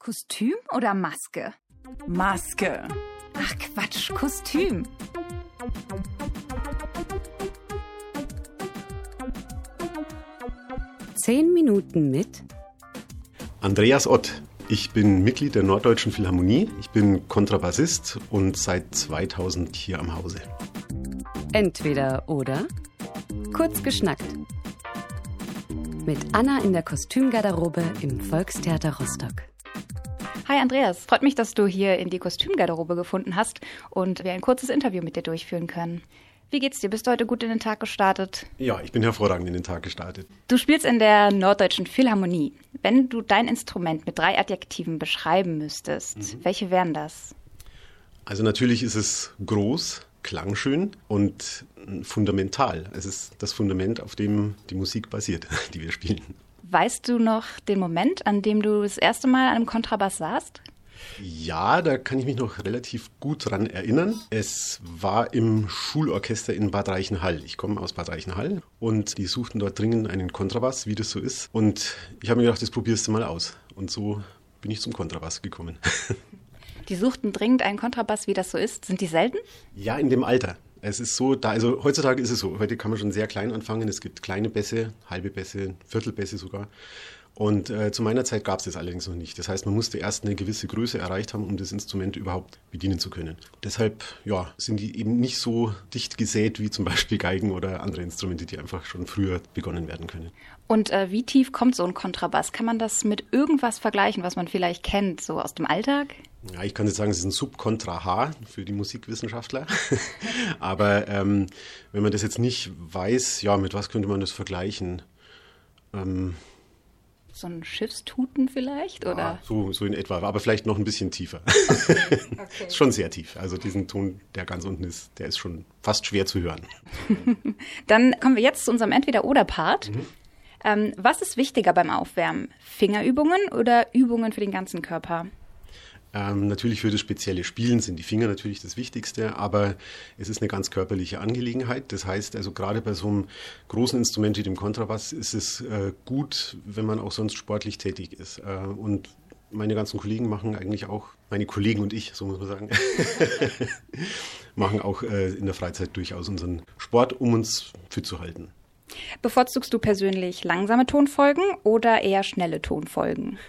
Kostüm oder Maske? Maske. Ach Quatsch, Kostüm. Zehn Minuten mit Andreas Ott. Ich bin Mitglied der Norddeutschen Philharmonie. Ich bin Kontrabassist und seit 2000 hier am Hause. Entweder oder. Kurz geschnackt. Mit Anna in der Kostümgarderobe im Volkstheater Rostock. Hi Andreas, freut mich, dass du hier in die Kostümgarderobe gefunden hast und wir ein kurzes Interview mit dir durchführen können. Wie geht's dir? Bist du heute gut in den Tag gestartet? Ja, ich bin hervorragend in den Tag gestartet. Du spielst in der Norddeutschen Philharmonie. Wenn du dein Instrument mit 3 Adjektiven beschreiben müsstest, welche wären das? Also natürlich ist es groß, klangschön und fundamental. Es ist das Fundament, auf dem die Musik basiert, die wir spielen. Weißt du noch den Moment, an dem du das erste Mal an einem Kontrabass saßt? Ja, da kann ich mich noch relativ gut dran erinnern. Es war im Schulorchester in Bad Reichenhall. Ich komme aus Bad Reichenhall und die suchten dort dringend einen Kontrabass, wie das so ist. Und ich habe mir gedacht, das probierst du mal aus. Und so bin ich zum Kontrabass gekommen. Die suchten dringend einen Kontrabass, wie das so ist. Sind die selten? Ja, in dem Alter. Es ist so, also heutzutage ist es so. Heute kann man schon sehr klein anfangen. Es gibt kleine Bässe, halbe Bässe, Viertelbässe sogar. Und zu meiner Zeit gab es das allerdings noch nicht. Das heißt, man musste erst eine gewisse Größe erreicht haben, um das Instrument überhaupt bedienen zu können. Deshalb sind die eben nicht so dicht gesät wie zum Beispiel Geigen oder andere Instrumente, die einfach schon früher begonnen werden können. Und wie tief kommt so ein Kontrabass? Kann man das mit irgendwas vergleichen, was man vielleicht kennt, so aus dem Alltag? Ja, ich kann jetzt sagen, es ist ein Sub-Kontra-H für die Musikwissenschaftler. Aber wenn man das jetzt nicht weiß, mit was könnte man das vergleichen? So ein Schiffstuten vielleicht, oder? Ja, so in etwa, aber vielleicht noch ein bisschen tiefer. Okay. Ist schon sehr tief. Also diesen Ton, der ganz unten ist, der ist schon fast schwer zu hören. Dann kommen wir jetzt zu unserem Entweder-oder-Part. Was ist wichtiger beim Aufwärmen? Fingerübungen oder Übungen für den ganzen Körper? Natürlich für das spezielle Spielen sind die Finger natürlich das Wichtigste, aber es ist eine ganz körperliche Angelegenheit. Das heißt also, gerade bei so einem großen Instrument wie dem Kontrabass ist es gut, wenn man auch sonst sportlich tätig ist. Und meine ganzen Kollegen machen eigentlich auch, meine Kollegen und ich, so muss man sagen, machen auch in der Freizeit durchaus unseren Sport, um uns fit zu halten. Bevorzugst du persönlich langsame Tonfolgen oder eher schnelle Tonfolgen?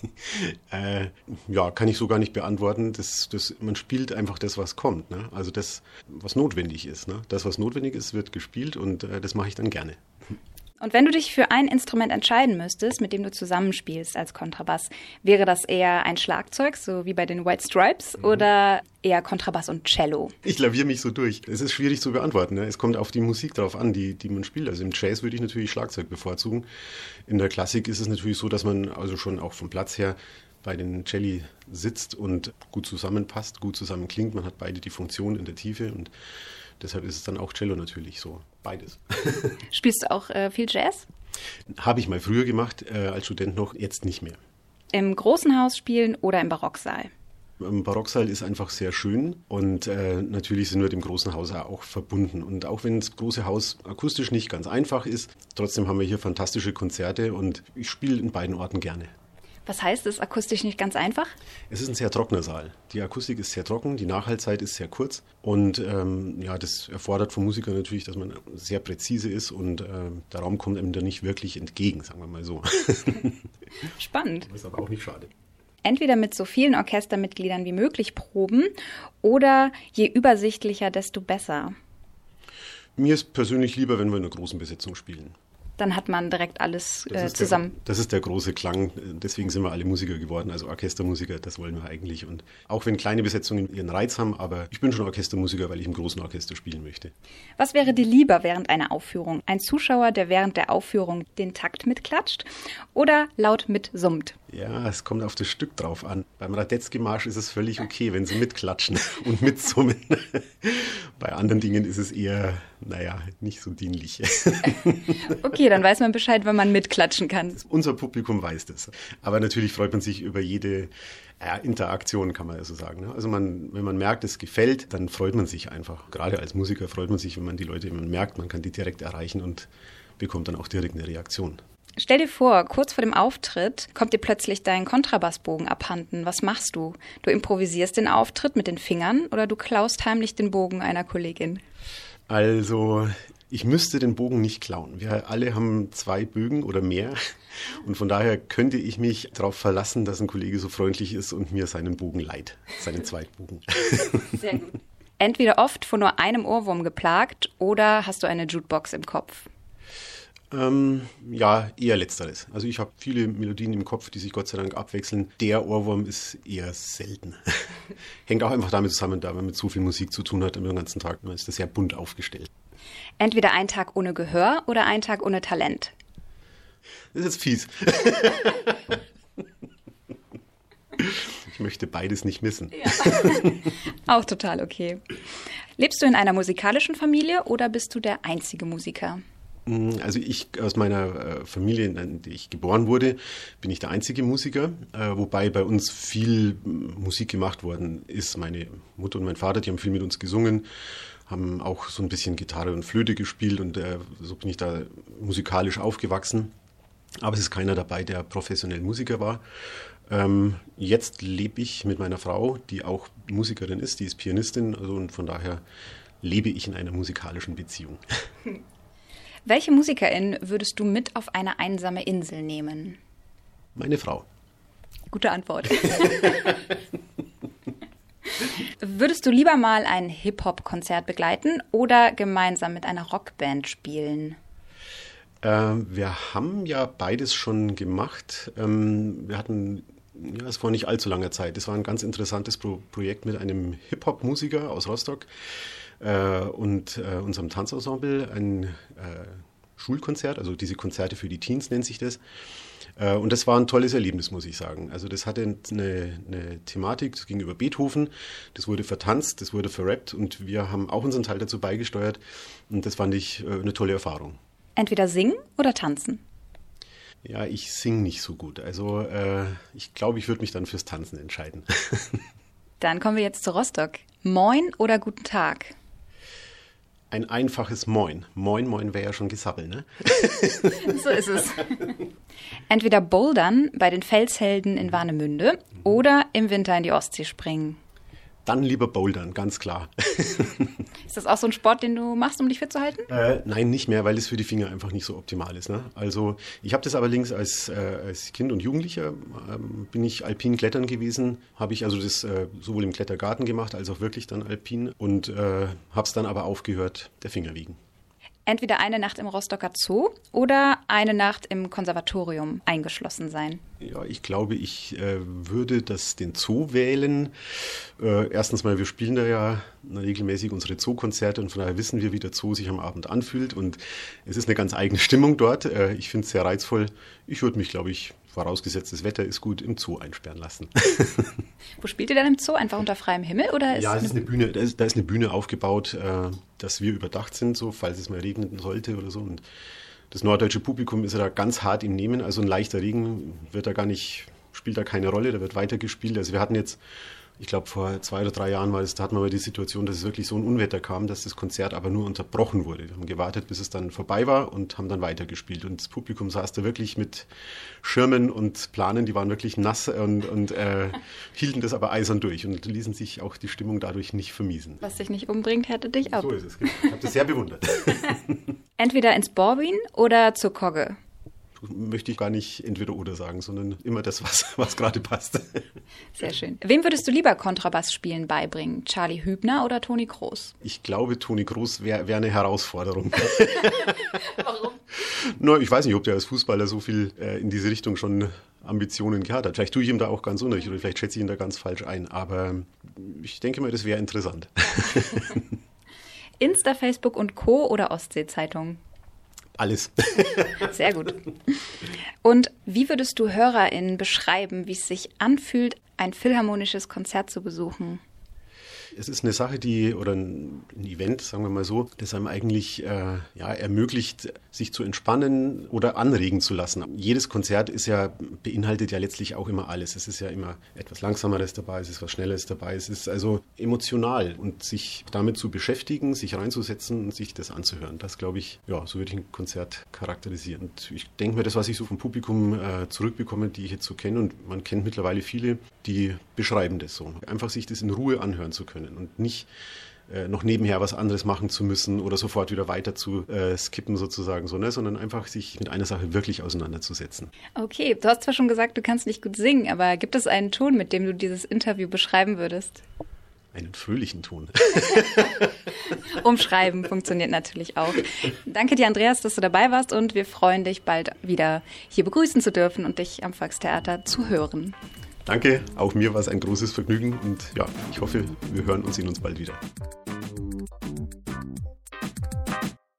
Kann ich so gar nicht beantworten. Man spielt einfach das, was kommt, ne? Also das, was notwendig ist. Ne? Das, was notwendig ist, wird gespielt und das mache ich dann gerne. Und wenn du dich für ein Instrument entscheiden müsstest, mit dem du zusammenspielst als Kontrabass, wäre das eher ein Schlagzeug, so wie bei den White Stripes, oder eher Kontrabass und Cello? Ich laviere mich so durch. Es ist schwierig zu beantworten. Ne? Es kommt auf die Musik drauf an, die man spielt. Also im Jazz würde ich natürlich Schlagzeug bevorzugen. In der Klassik ist es natürlich so, dass man also schon auch vom Platz her bei den Celli sitzt und gut zusammenpasst, gut zusammenklingt. Man hat beide die Funktion in der Tiefe und deshalb ist es dann auch Cello natürlich so, beides. Spielst du auch viel Jazz? Habe ich mal früher gemacht, als Student noch, jetzt nicht mehr. Im großen Haus spielen oder im Barocksaal? Im Barocksaal ist einfach sehr schön und natürlich sind wir mit dem großen Haus auch verbunden. Und auch wenn das große Haus akustisch nicht ganz einfach ist, trotzdem haben wir hier fantastische Konzerte und ich spiele in beiden Orten gerne. Was heißt es akustisch nicht ganz einfach? Es ist ein sehr trockener Saal. Die Akustik ist sehr trocken, die Nachhallzeit ist sehr kurz und das erfordert vom Musiker natürlich, dass man sehr präzise ist und der Raum kommt einem da nicht wirklich entgegen, sagen wir mal so. Spannend. Das ist aber auch nicht schade. Entweder mit so vielen Orchestermitgliedern wie möglich proben oder je übersichtlicher, desto besser. Mir ist persönlich lieber, wenn wir in einer großen Besetzung spielen. Dann hat man direkt alles zusammen. Das ist der große Klang. Deswegen sind wir alle Musiker geworden, also Orchestermusiker, das wollen wir eigentlich. Und auch wenn kleine Besetzungen ihren Reiz haben, aber ich bin schon Orchestermusiker, weil ich im großen Orchester spielen möchte. Was wäre dir lieber während einer Aufführung? Ein Zuschauer, der während der Aufführung den Takt mitklatscht oder laut mitsummt? Ja, es kommt auf das Stück drauf an. Beim Radetzky-Marsch ist es völlig okay, wenn sie mitklatschen und mitsummen. Bei anderen Dingen ist es eher, nicht so dienlich. Okay, dann weiß man Bescheid, wenn man mitklatschen kann. Unser Publikum weiß das. Aber natürlich freut man sich über jede Interaktion, kann man so sagen. Ne? Also wenn man merkt, es gefällt, dann freut man sich einfach. Gerade als Musiker freut man sich, wenn man die Leute merkt, man kann die direkt erreichen und bekommt dann auch direkt eine Reaktion. Stell dir vor, kurz vor dem Auftritt kommt dir plötzlich dein Kontrabassbogen abhanden. Was machst du? Du improvisierst den Auftritt mit den Fingern oder du klaust heimlich den Bogen einer Kollegin? Also, ich müsste den Bogen nicht klauen. Wir alle haben 2 Bögen oder mehr und von daher könnte ich mich darauf verlassen, dass ein Kollege so freundlich ist und mir seinen Bogen leiht, seinen Zweitbogen. Sehr gut. Entweder oft von nur einem Ohrwurm geplagt oder hast du eine Jukebox im Kopf? Ja, eher letzteres. Also ich habe viele Melodien im Kopf, die sich Gott sei Dank abwechseln. Der Ohrwurm ist eher selten. Hängt auch einfach damit zusammen, da man mit so viel Musik zu tun hat den ganzen Tag. Man ist das sehr bunt aufgestellt. Entweder ein Tag ohne Gehör oder ein Tag ohne Talent. Das ist jetzt fies. Ich möchte beides nicht missen. Ja. Auch total okay. Lebst du in einer musikalischen Familie oder bist du der einzige Musiker? Also ich aus meiner Familie, in der ich geboren wurde, bin ich der einzige Musiker, wobei bei uns viel Musik gemacht worden ist. Meine Mutter und mein Vater, die haben viel mit uns gesungen, haben auch so ein bisschen Gitarre und Flöte gespielt und so bin ich da musikalisch aufgewachsen. Aber es ist keiner dabei, der professionell Musiker war. Jetzt lebe ich mit meiner Frau, die auch Musikerin ist, die ist Pianistin, also und von daher lebe ich in einer musikalischen Beziehung. Welche Musikerin würdest du mit auf eine einsame Insel nehmen? Meine Frau. Gute Antwort. Würdest du lieber mal ein Hip-Hop-Konzert begleiten oder gemeinsam mit einer Rockband spielen? Wir haben ja beides schon gemacht. Wir hatten, ja, es vor nicht allzu langer Zeit, das war ein ganz interessantes Projekt mit einem Hip-Hop-Musiker aus Rostock und unserem Tanzensemble, ein Schulkonzert, also diese Konzerte für die Teens nennt sich das. Und das war ein tolles Erlebnis, muss ich sagen. Also das hatte eine Thematik, das ging über Beethoven, das wurde vertanzt, das wurde verrappt und wir haben auch unseren Teil dazu beigesteuert und das fand ich eine tolle Erfahrung. Entweder singen oder tanzen? Ja, ich singe nicht so gut. Also ich glaube, ich würde mich dann fürs Tanzen entscheiden. Dann kommen wir jetzt zu Rostock. Moin oder guten Tag? Ein einfaches Moin. Moin, moin wäre ja schon Gesabbel, ne? So ist es. Entweder bouldern bei den Felshelden in Warnemünde oder im Winter in die Ostsee springen. Dann lieber bouldern, ganz klar. Ist das auch so ein Sport, den du machst, um dich fit zu halten? Nein, nicht mehr, weil es für die Finger einfach nicht so optimal ist. Ne? Also ich habe das allerdings als Kind und Jugendlicher, bin ich alpin klettern gewesen, habe ich also das sowohl im Klettergarten gemacht, als auch wirklich dann alpin und habe es dann aber aufgehört, der Finger wegen. Entweder eine Nacht im Rostocker Zoo oder eine Nacht im Konservatorium eingeschlossen sein. Ja, ich glaube, ich würde den Zoo wählen. Erstens mal, wir spielen da ja regelmäßig unsere Zoo-Konzerte und von daher wissen wir, wie der Zoo sich am Abend anfühlt und es ist eine ganz eigene Stimmung dort. Ich finde es sehr reizvoll. Ich würde mich, glaube ich, vorausgesetzt das Wetter ist gut, im Zoo einsperren lassen. Wo spielt ihr dann im Zoo? Einfach unter freiem Himmel? Oder ja, es ist eine Bühne, da ist eine Bühne aufgebaut, dass wir überdacht sind, so falls es mal regnen sollte oder so. Und das norddeutsche Publikum ist ja da ganz hart im Nehmen, also ein leichter Regen spielt da keine Rolle, da wird weitergespielt. Also wir hatten jetzt, ich glaube vor 2 oder 3 Jahren da hatten wir mal die Situation, dass es wirklich so ein Unwetter kam, dass das Konzert aber nur unterbrochen wurde. Wir haben gewartet, bis es dann vorbei war und haben dann weitergespielt. Und das Publikum saß da wirklich mit Schirmen und Planen, die waren wirklich nass und hielten das aber eisern durch und ließen sich auch die Stimmung dadurch nicht vermiesen. Was dich nicht umbringt, hätte dich ab. So ist es. Ich habe das sehr bewundert. Entweder ins Borwin oder zur Kogge. Möchte ich gar nicht entweder oder sagen, sondern immer das, was gerade passt. Sehr schön. Wem würdest du lieber Kontrabass spielen beibringen? Charlie Hübner oder Toni Kroos? Ich glaube, Toni Kroos wäre eine Herausforderung. Warum? No, ich weiß nicht, ob der als Fußballer so viel in diese Richtung schon Ambitionen gehabt hat. Vielleicht tue ich ihm da auch ganz unrecht oder vielleicht schätze ich ihn da ganz falsch ein. Aber ich denke mal, das wäre interessant. Insta, Facebook und Co. oder Ostsee-Zeitung? Alles. Sehr gut. Und wie würdest du HörerInnen beschreiben, wie es sich anfühlt, ein philharmonisches Konzert zu besuchen? Es ist eine Sache, oder ein Event, sagen wir mal so, das einem eigentlich ermöglicht, sich zu entspannen oder anregen zu lassen. Jedes Konzert beinhaltet ja letztlich auch immer alles. Es ist ja immer etwas Langsameres dabei, es ist was Schnelleres dabei, es ist also emotional und sich damit zu beschäftigen, sich reinzusetzen und sich das anzuhören. Das glaube ich, so würde ich ein Konzert charakterisieren. Und ich denke mir, das, was ich so vom Publikum zurückbekomme, die ich jetzt so kenne, und man kennt mittlerweile viele, die beschreiben das so. Einfach sich das in Ruhe anhören zu können und nicht noch nebenher was anderes machen zu müssen oder sofort wieder weiter zu skippen sozusagen, sondern einfach sich mit einer Sache wirklich auseinanderzusetzen. Okay, du hast zwar schon gesagt, du kannst nicht gut singen, aber gibt es einen Ton, mit dem du dieses Interview beschreiben würdest? Einen fröhlichen Ton. Umschreiben funktioniert natürlich auch. Danke dir, Andreas, dass du dabei warst und wir freuen dich, bald wieder hier begrüßen zu dürfen und dich am Volkstheater zu hören. Danke, auch mir war es ein großes Vergnügen und ich hoffe, wir hören und sehen uns bald wieder.